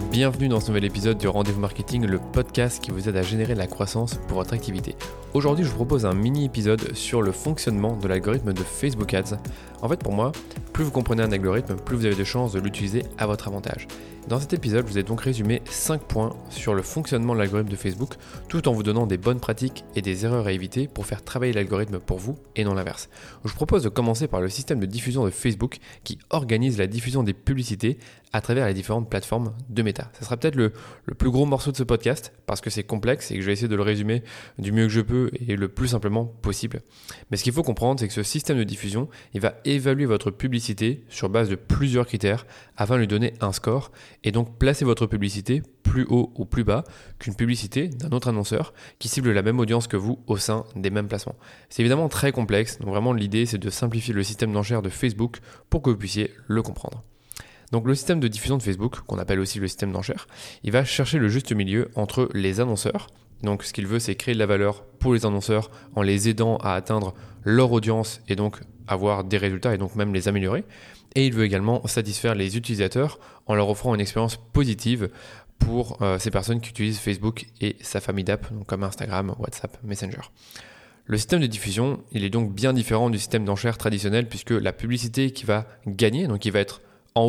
Bienvenue dans ce nouvel épisode du Rendez-vous Marketing, le podcast qui vous aide à générer de la croissance pour votre activité. Aujourd'hui, je vous propose un mini-épisode sur le fonctionnement de l'algorithme de Facebook Ads. En fait, pour moi, plus vous comprenez un algorithme, plus vous avez de chances de l'utiliser à votre avantage. Dans cet épisode, je vous ai donc résumé 5 points sur le fonctionnement de l'algorithme de Facebook, tout en vous donnant des bonnes pratiques et des erreurs à éviter pour faire travailler l'algorithme pour vous et non l'inverse. Je vous propose de commencer par le système de diffusion de Facebook qui organise la diffusion des publicités à travers les différentes plateformes de Meta. Ça sera peut-être le plus gros morceau de ce podcast parce que c'est complexe et que je vais essayer de le résumer du mieux que je peux et le plus simplement possible. Mais ce qu'il faut comprendre, c'est que ce système de diffusion, il va évaluer votre publicité sur base de plusieurs critères afin de lui donner un score et donc placer votre publicité plus haut ou plus bas qu'une publicité d'un autre annonceur qui cible la même audience que vous au sein des mêmes placements. C'est évidemment très complexe, donc vraiment l'idée c'est de simplifier le système d'enchères de Facebook pour que vous puissiez le comprendre. Donc le système de diffusion de Facebook, qu'on appelle aussi le système d'enchères, il va chercher le juste milieu entre les annonceurs. Donc ce qu'il veut, c'est créer de la valeur pour les annonceurs en les aidant à atteindre leur audience et donc avoir des résultats et donc même les améliorer. Et il veut également satisfaire les utilisateurs en leur offrant une expérience positive pour ces personnes qui utilisent Facebook et sa famille d'app, donc comme Instagram, WhatsApp, Messenger. Le système de diffusion, il est donc bien différent du système d'enchères traditionnel puisque la publicité qui va gagner, donc qui va être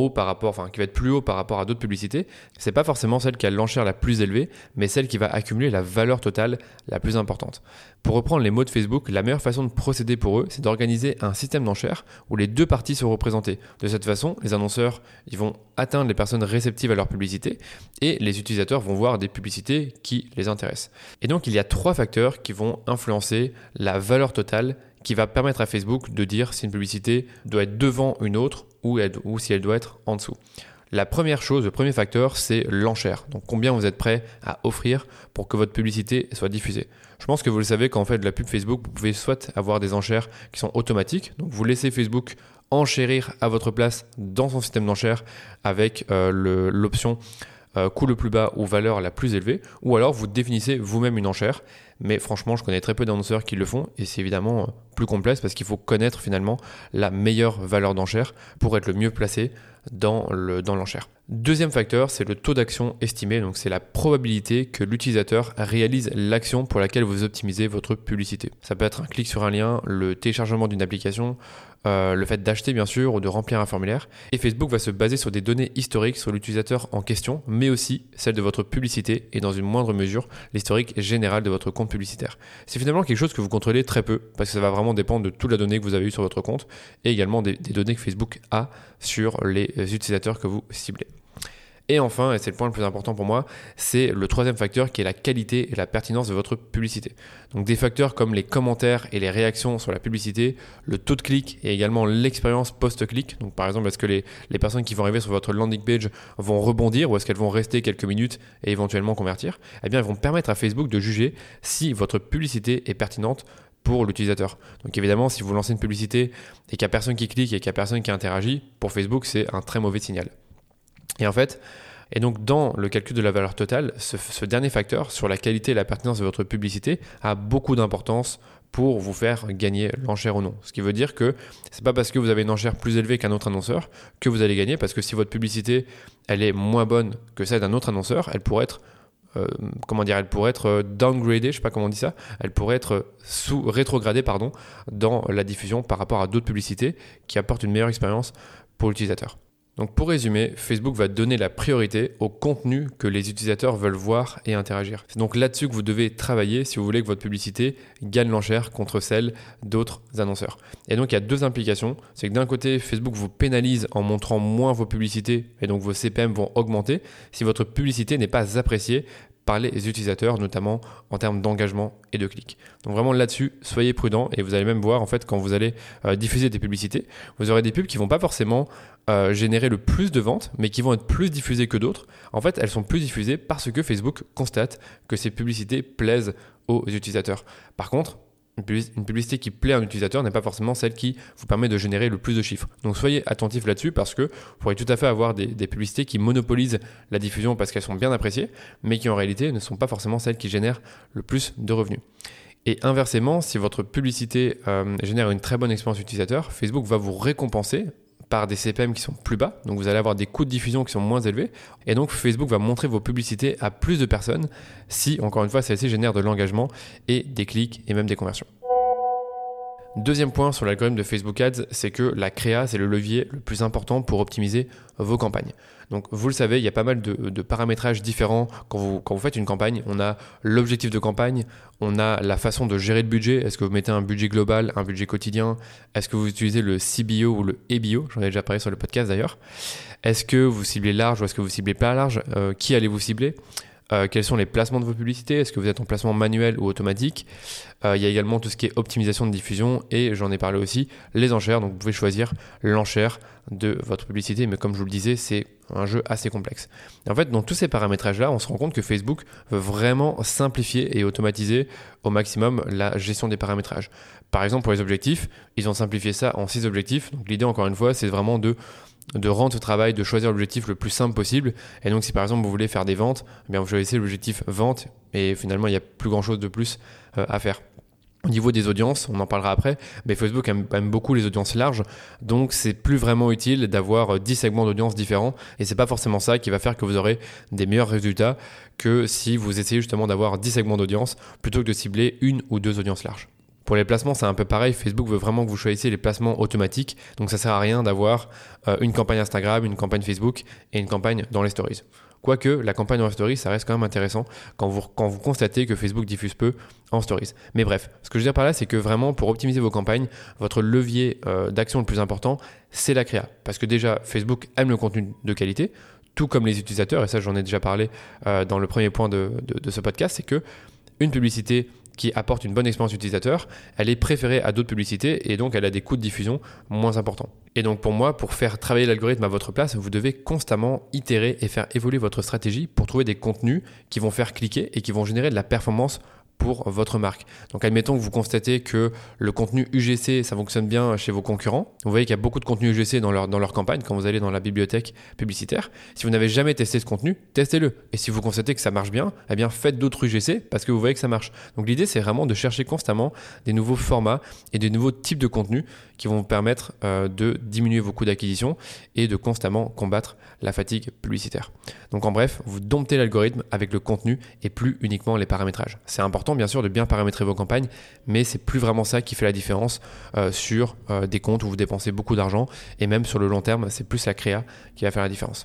qui va être plus haut par rapport à d'autres publicités, c'est pas forcément celle qui a l'enchère la plus élevée, mais celle qui va accumuler la valeur totale la plus importante. Pour reprendre les mots de Facebook, la meilleure façon de procéder pour eux, c'est d'organiser un système d'enchères où les deux parties sont représentées. De cette façon, les annonceurs, ils vont atteindre les personnes réceptives à leur publicité et les utilisateurs vont voir des publicités qui les intéressent. Et donc, il y a 3 facteurs qui vont influencer la valeur totale qui va permettre à Facebook de dire si une publicité doit être devant une autre ou si elle doit être en dessous. La première chose, le premier facteur, c'est l'enchère. Donc combien vous êtes prêt à offrir pour que votre publicité soit diffusée. Je pense que vous le savez, quand on fait de la pub Facebook, vous pouvez soit avoir des enchères qui sont automatiques, donc vous laissez Facebook enchérir à votre place dans son système d'enchères avec l'option coût le plus bas ou valeur la plus élevée, ou alors vous définissez vous-même une enchère. Mais franchement, je connais très peu d'annonceurs qui le font et c'est évidemment plus complexe parce qu'il faut connaître finalement la meilleure valeur d'enchère pour être le mieux placé dans l'enchère. Deuxième facteur, c'est le taux d'action estimé, donc c'est la probabilité que l'utilisateur réalise l'action pour laquelle vous optimisez votre publicité. Ça peut être un clic sur un lien, le téléchargement d'une application, le fait d'acheter bien sûr ou de remplir un formulaire. Et Facebook va se baser sur des données historiques sur l'utilisateur en question, mais aussi celle de votre publicité et dans une moindre mesure l'historique général de votre compte publicitaire. C'est finalement quelque chose que vous contrôlez très peu parce que ça va vraiment dépendre de toute la donnée que vous avez eue sur votre compte et également des données que Facebook a sur les utilisateurs que vous ciblez. Et enfin, et c'est le point le plus important pour moi, c'est le troisième facteur qui est la qualité et la pertinence de votre publicité. Donc des facteurs comme les commentaires et les réactions sur la publicité, le taux de clic et également l'expérience post-clic. Donc par exemple, est-ce que les personnes qui vont arriver sur votre landing page vont rebondir ou est-ce qu'elles vont rester quelques minutes et éventuellement convertir ? Eh bien, elles vont permettre à Facebook de juger si votre publicité est pertinente pour l'utilisateur. Donc évidemment, si vous lancez une publicité et qu'il n'y a personne qui clique et qu'il n'y a personne qui interagit, pour Facebook, c'est un très mauvais signal. Et donc dans le calcul de la valeur totale, ce dernier facteur sur la qualité et la pertinence de votre publicité a beaucoup d'importance pour vous faire gagner l'enchère ou non. Ce qui veut dire que c'est pas parce que vous avez une enchère plus élevée qu'un autre annonceur que vous allez gagner, parce que si votre publicité elle est moins bonne que celle d'un autre annonceur, elle pourrait être downgradée, je sais pas comment on dit ça, elle pourrait être rétrogradée dans la diffusion par rapport à d'autres publicités qui apportent une meilleure expérience pour l'utilisateur. Donc pour résumer, Facebook va donner la priorité au contenu que les utilisateurs veulent voir et interagir. C'est donc là-dessus que vous devez travailler si vous voulez que votre publicité gagne l'enchère contre celle d'autres annonceurs. Et donc il y a 2 implications. C'est que d'un côté, Facebook vous pénalise en montrant moins vos publicités et donc vos CPM vont augmenter si votre publicité n'est pas appréciée par les utilisateurs, notamment en termes d'engagement et de clics. Donc vraiment là-dessus, soyez prudents et vous allez même voir en fait quand vous allez diffuser des publicités, vous aurez des pubs qui vont pas forcément générer le plus de ventes, mais qui vont être plus diffusées que d'autres. En fait, elles sont plus diffusées parce que Facebook constate que ces publicités plaisent aux utilisateurs. Par contre, une publicité qui plaît à un utilisateur n'est pas forcément celle qui vous permet de générer le plus de chiffres. Donc soyez attentifs là-dessus parce que vous pourrez tout à fait avoir des publicités qui monopolisent la diffusion parce qu'elles sont bien appréciées, mais qui en réalité ne sont pas forcément celles qui génèrent le plus de revenus. Et inversement, si votre publicité génère une très bonne expérience utilisateur, Facebook va vous récompenser par des CPM qui sont plus bas, donc vous allez avoir des coûts de diffusion qui sont moins élevés, et donc Facebook va montrer vos publicités à plus de personnes si, encore une fois, celles-ci génèrent de l'engagement et des clics et même des conversions. Deuxième point sur l'algorithme de Facebook Ads, c'est que la créa, c'est le levier le plus important pour optimiser vos campagnes. Donc vous le savez, il y a pas mal de paramétrages différents quand vous faites une campagne. On a l'objectif de campagne, on a la façon de gérer le budget. Est-ce que vous mettez un budget global, un budget quotidien? Est-ce que vous utilisez le CBO ou le EBO? J'en ai déjà parlé sur le podcast d'ailleurs. Est-ce que vous ciblez large ou est-ce que vous ciblez pas large? Qui allez-vous cibler? Quels sont les placements de vos publicités? Est-ce que vous êtes en placement manuel ou automatique? Il y a également tout ce qui est optimisation de diffusion et j'en ai parlé aussi, les enchères. Donc vous pouvez choisir l'enchère de votre publicité, mais comme je vous le disais, c'est un jeu assez complexe. Et en fait, dans tous ces paramétrages-là, on se rend compte que Facebook veut vraiment simplifier et automatiser au maximum la gestion des paramétrages. Par exemple, pour les objectifs, ils ont simplifié ça en 6 objectifs. Donc l'idée, encore une fois, c'est vraiment de rendre ce travail, de choisir l'objectif le plus simple possible. Et donc, si par exemple, vous voulez faire des ventes, eh bien, vous choisissez l'objectif vente et finalement, il n'y a plus grand-chose de plus à faire. Au niveau des audiences, on en parlera après, mais Facebook aime beaucoup les audiences larges, donc c'est plus vraiment utile d'avoir 10 segments d'audience différents et c'est pas forcément ça qui va faire que vous aurez des meilleurs résultats que si vous essayez justement d'avoir 10 segments d'audience plutôt que de cibler une ou deux audiences larges. Pour les placements, c'est un peu pareil. Facebook veut vraiment que vous choisissiez les placements automatiques, donc ça sert à rien d'avoir une campagne Instagram, une campagne Facebook et une campagne dans les stories. Quoique la campagne dans les stories, ça reste quand même intéressant quand vous constatez que Facebook diffuse peu en stories. Mais bref, ce que je veux dire par là, c'est que vraiment pour optimiser vos campagnes, votre levier d'action le plus important, c'est la créa. Parce que déjà, Facebook aime le contenu de qualité, tout comme les utilisateurs, et ça j'en ai déjà parlé dans le premier point de ce podcast, c'est que une publicité qui apporte une bonne expérience utilisateur, elle est préférée à d'autres publicités et donc elle a des coûts de diffusion moins importants. Et donc pour moi, pour faire travailler l'algorithme à votre place, vous devez constamment itérer et faire évoluer votre stratégie pour trouver des contenus qui vont faire cliquer et qui vont générer de la performance pour votre marque. Donc admettons que vous constatez que le contenu UGC, ça fonctionne bien chez vos concurrents. Vous voyez qu'il y a beaucoup de contenu UGC dans leur campagne quand vous allez dans la bibliothèque publicitaire. Si vous n'avez jamais testé ce contenu, testez-le. Et si vous constatez que ça marche bien, eh bien faites d'autres UGC parce que vous voyez que ça marche. Donc l'idée, c'est vraiment de chercher constamment des nouveaux formats et des nouveaux types de contenus qui vont vous permettre de diminuer vos coûts d'acquisition et de constamment combattre la fatigue publicitaire. Donc en bref, vous domptez l'algorithme avec le contenu et plus uniquement les paramétrages. C'est important bien sûr de bien paramétrer vos campagnes, mais c'est plus vraiment ça qui fait la différence sur des comptes où vous dépensez beaucoup d'argent et même sur le long terme, c'est plus la créa qui va faire la différence.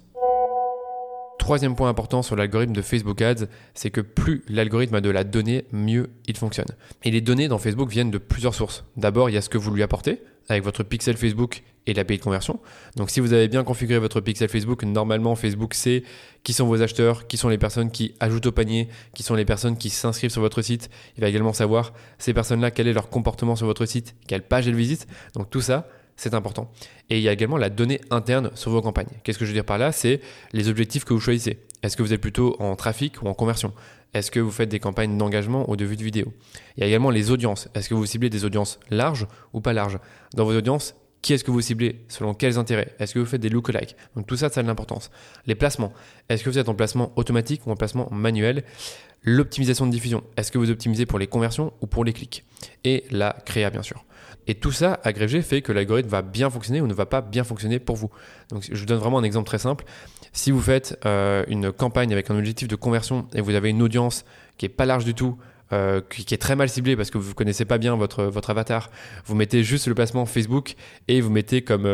Troisième point important sur l'algorithme de Facebook Ads, c'est que plus l'algorithme a de la donnée, mieux il fonctionne. Et les données dans Facebook viennent de plusieurs sources. D'abord, il y a ce que vous lui apportez avec votre pixel Facebook et l'API de conversion. Donc si vous avez bien configuré votre pixel Facebook, normalement Facebook sait qui sont vos acheteurs, qui sont les personnes qui ajoutent au panier, qui sont les personnes qui s'inscrivent sur votre site. Il va également savoir ces personnes-là, quel est leur comportement sur votre site, quelle page elles visitent. Donc tout ça, c'est important. Et il y a également la donnée interne sur vos campagnes. Qu'est-ce que je veux dire par là? C'est les objectifs que vous choisissez. Est-ce que vous êtes plutôt en trafic ou en conversion? Est-ce que vous faites des campagnes d'engagement ou de vue de vidéo? Il y a également les audiences. Est-ce que vous ciblez des audiences larges ou pas larges? Dans vos audiences, qui est-ce que vous ciblez? Selon quels intérêts? Est-ce que vous faites des lookalikes? Donc tout ça, ça a de l'importance. Les placements. Est-ce que vous êtes en placement automatique ou en placement manuel? L'optimisation de diffusion. Est-ce que vous optimisez pour les conversions ou pour les clics? Et la créa, bien sûr. Et tout ça agrégé fait que l'algorithme va bien fonctionner ou ne va pas bien fonctionner pour vous. Donc je vous donne vraiment un exemple très simple. Si vous faites une campagne avec un objectif de conversion et vous avez une audience qui n'est pas large du tout, qui est très mal ciblée parce que vous ne connaissez pas bien votre avatar, vous mettez juste le placement Facebook et vous mettez comme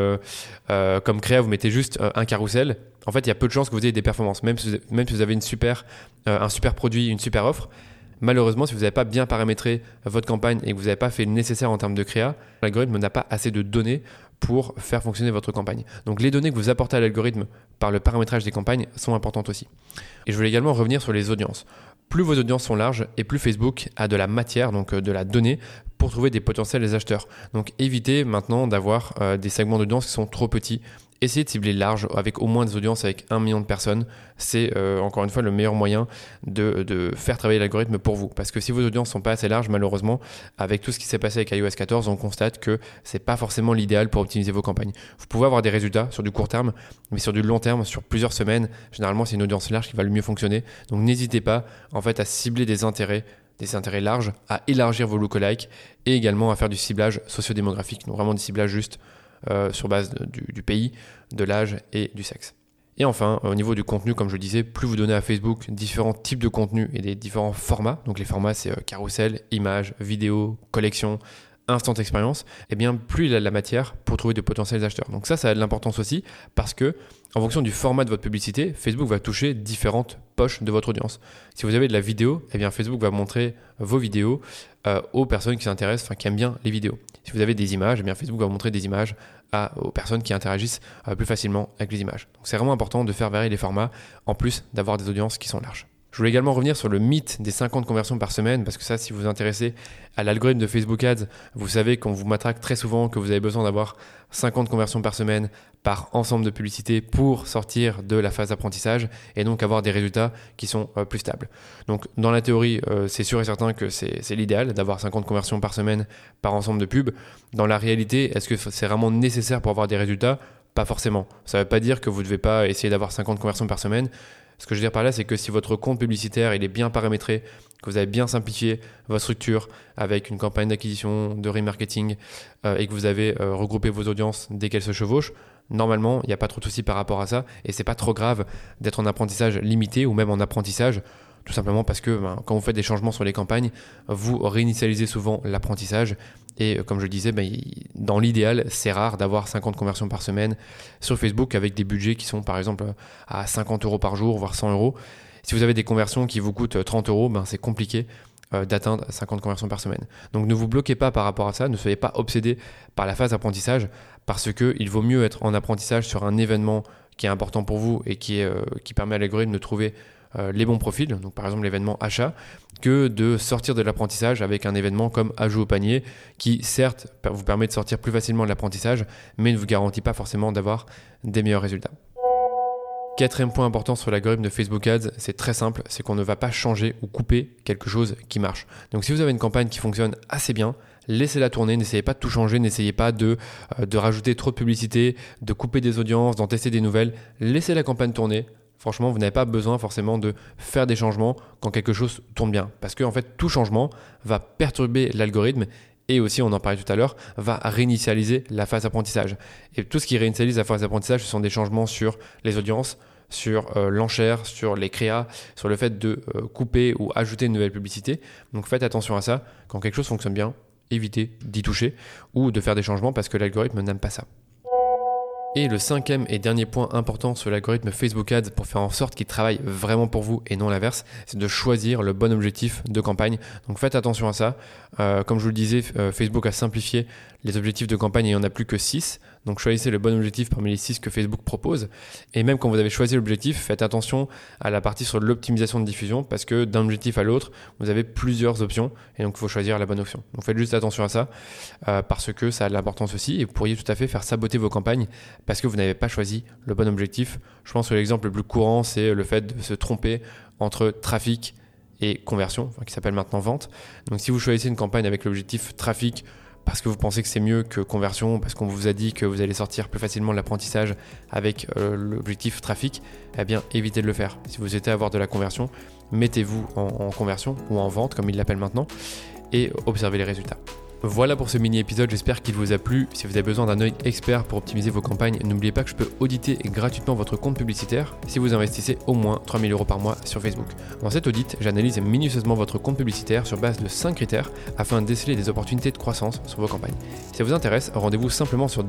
créa, vous mettez juste un carrousel. En fait, il y a peu de chances que vous ayez des performances, même si vous avez un super produit, une super offre. Malheureusement, si vous n'avez pas bien paramétré votre campagne et que vous n'avez pas fait le nécessaire en termes de créa, l'algorithme n'a pas assez de données pour faire fonctionner votre campagne. Donc les données que vous apportez à l'algorithme par le paramétrage des campagnes sont importantes aussi. Et je voulais également revenir sur les audiences. Plus vos audiences sont larges et plus Facebook a de la matière, donc de la donnée, pour trouver des potentiels acheteurs. Donc évitez maintenant d'avoir des segments d'audience qui sont trop petits. Essayez de cibler large avec au moins des audiences avec 1 million de personnes. C'est encore une fois le meilleur moyen de faire travailler l'algorithme pour vous. Parce que si vos audiences ne sont pas assez larges, malheureusement, avec tout ce qui s'est passé avec iOS 14, on constate que ce n'est pas forcément l'idéal pour optimiser vos campagnes. Vous pouvez avoir des résultats sur du court terme, mais sur du long terme, sur plusieurs semaines, généralement c'est une audience large qui va le mieux fonctionner. Donc n'hésitez pas en fait à cibler des intérêts larges, à élargir vos lookalikes et également à faire du ciblage sociodémographique. Donc vraiment du ciblage juste sur base du pays, de l'âge et du sexe. Et enfin, au niveau du contenu, comme je le disais, plus vous donnez à Facebook différents types de contenus et des différents formats, donc les formats c'est carousel, images, vidéos, collections, instant expérience, et bien plus il a de la matière pour trouver de potentiels acheteurs. Donc ça a de l'importance aussi parce que en fonction du format de votre publicité, Facebook va toucher différentes poches de votre audience. Si vous avez de la vidéo, eh bien Facebook va montrer vos vidéos aux personnes qui s'intéressent, qui aiment bien les vidéos. Si vous avez des images, eh bien Facebook va montrer des images aux personnes qui interagissent plus facilement avec les images. Donc c'est vraiment important de faire varier les formats en plus d'avoir des audiences qui sont larges. Je voulais également revenir sur le mythe des 50 conversions par semaine parce que ça, si vous vous intéressez à l'algorithme de Facebook Ads, vous savez qu'on vous matraque très souvent que vous avez besoin d'avoir 50 conversions par semaine par ensemble de publicités pour sortir de la phase d'apprentissage et donc avoir des résultats qui sont plus stables. Donc dans la théorie, c'est sûr et certain que c'est l'idéal d'avoir 50 conversions par semaine par ensemble de pubs. Dans la réalité, est-ce que c'est vraiment nécessaire pour avoir des résultats ? Pas forcément. Ça ne veut pas dire que vous ne devez pas essayer d'avoir 50 conversions par semaine. Ce que je veux dire par là, c'est que si votre compte publicitaire il est bien paramétré, que vous avez bien simplifié votre structure avec une campagne d'acquisition, de remarketing et que vous avez regroupé vos audiences dès qu'elles se chevauchent, normalement, il n'y a pas trop de soucis par rapport à ça et c'est pas trop grave d'être en apprentissage limité ou même en apprentissage. Tout simplement parce que quand vous faites des changements sur les campagnes, vous réinitialisez souvent l'apprentissage. Et comme je le disais, dans l'idéal, c'est rare d'avoir 50 conversions par semaine sur Facebook avec des budgets qui sont par exemple à 50 € par jour, voire 100 €. Si vous avez des conversions qui vous coûtent 30 €, c'est compliqué d'atteindre 50 conversions par semaine. Donc ne vous bloquez pas par rapport à ça, ne soyez pas obsédé par la phase d'apprentissage parce qu'il vaut mieux être en apprentissage sur un événement qui est important pour vous et qui permet à l'algorithme de trouver les bons profils, donc par exemple l'événement achat, que de sortir de l'apprentissage avec un événement comme ajout au panier qui certes vous permet de sortir plus facilement de l'apprentissage mais ne vous garantit pas forcément d'avoir des meilleurs résultats. Quatrième point important sur l'algorithme de Facebook Ads, c'est très simple, c'est qu'on ne va pas changer ou couper quelque chose qui marche. Donc si vous avez une campagne qui fonctionne assez bien, laissez-la tourner, n'essayez pas de tout changer, n'essayez pas de rajouter trop de publicité, de couper des audiences, d'en tester des nouvelles, laissez la campagne tourner. Franchement, vous n'avez pas besoin forcément de faire des changements quand quelque chose tourne bien. Parce que en fait, tout changement va perturber l'algorithme et aussi, on en parlait tout à l'heure, va réinitialiser la phase d'apprentissage. Et tout ce qui réinitialise la phase d'apprentissage, ce sont des changements sur les audiences, sur l'enchère, sur les créas, sur le fait de couper ou ajouter une nouvelle publicité. Donc faites attention à ça. Quand quelque chose fonctionne bien, évitez d'y toucher ou de faire des changements parce que l'algorithme n'aime pas ça. Et le cinquième et dernier point important sur l'algorithme Facebook Ads pour faire en sorte qu'il travaille vraiment pour vous et non l'inverse, c'est de choisir le bon objectif de campagne. Donc faites attention à ça. Comme je vous le disais, Facebook a simplifié les objectifs de campagne et il n'y en a plus que 6. Donc choisissez le bon objectif parmi les 6 que Facebook propose. Et même quand vous avez choisi l'objectif, faites attention à la partie sur l'optimisation de diffusion parce que d'un objectif à l'autre, vous avez plusieurs options et donc il faut choisir la bonne option. Donc faites juste attention à ça parce que ça a de l'importance aussi et vous pourriez tout à fait faire saboter vos campagnes parce que vous n'avez pas choisi le bon objectif. Je pense que l'exemple le plus courant, c'est le fait de se tromper entre trafic et conversion, qui s'appelle maintenant vente. Donc si vous choisissez une campagne avec l'objectif trafic parce que vous pensez que c'est mieux que conversion, parce qu'on vous a dit que vous allez sortir plus facilement de l'apprentissage avec l'objectif trafic, eh bien évitez de le faire. Si vous souhaitez avoir de la conversion, mettez-vous en conversion ou en vente comme ils l'appellent maintenant et observez les résultats. Voilà pour ce mini-épisode, j'espère qu'il vous a plu. Si vous avez besoin d'un œil expert pour optimiser vos campagnes, n'oubliez pas que je peux auditer gratuitement votre compte publicitaire si vous investissez au moins 3 000 € par mois sur Facebook. Dans cet audit, j'analyse minutieusement votre compte publicitaire sur base de 5 critères afin de déceler des opportunités de croissance sur vos campagnes. Si ça vous intéresse, rendez-vous simplement sur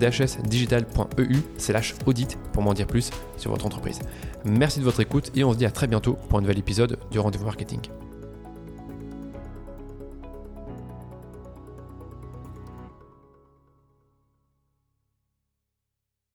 dhsdigital.eu/audit pour m'en dire plus sur votre entreprise. Merci de votre écoute et on se dit à très bientôt pour un nouvel épisode du Rendez-vous Marketing.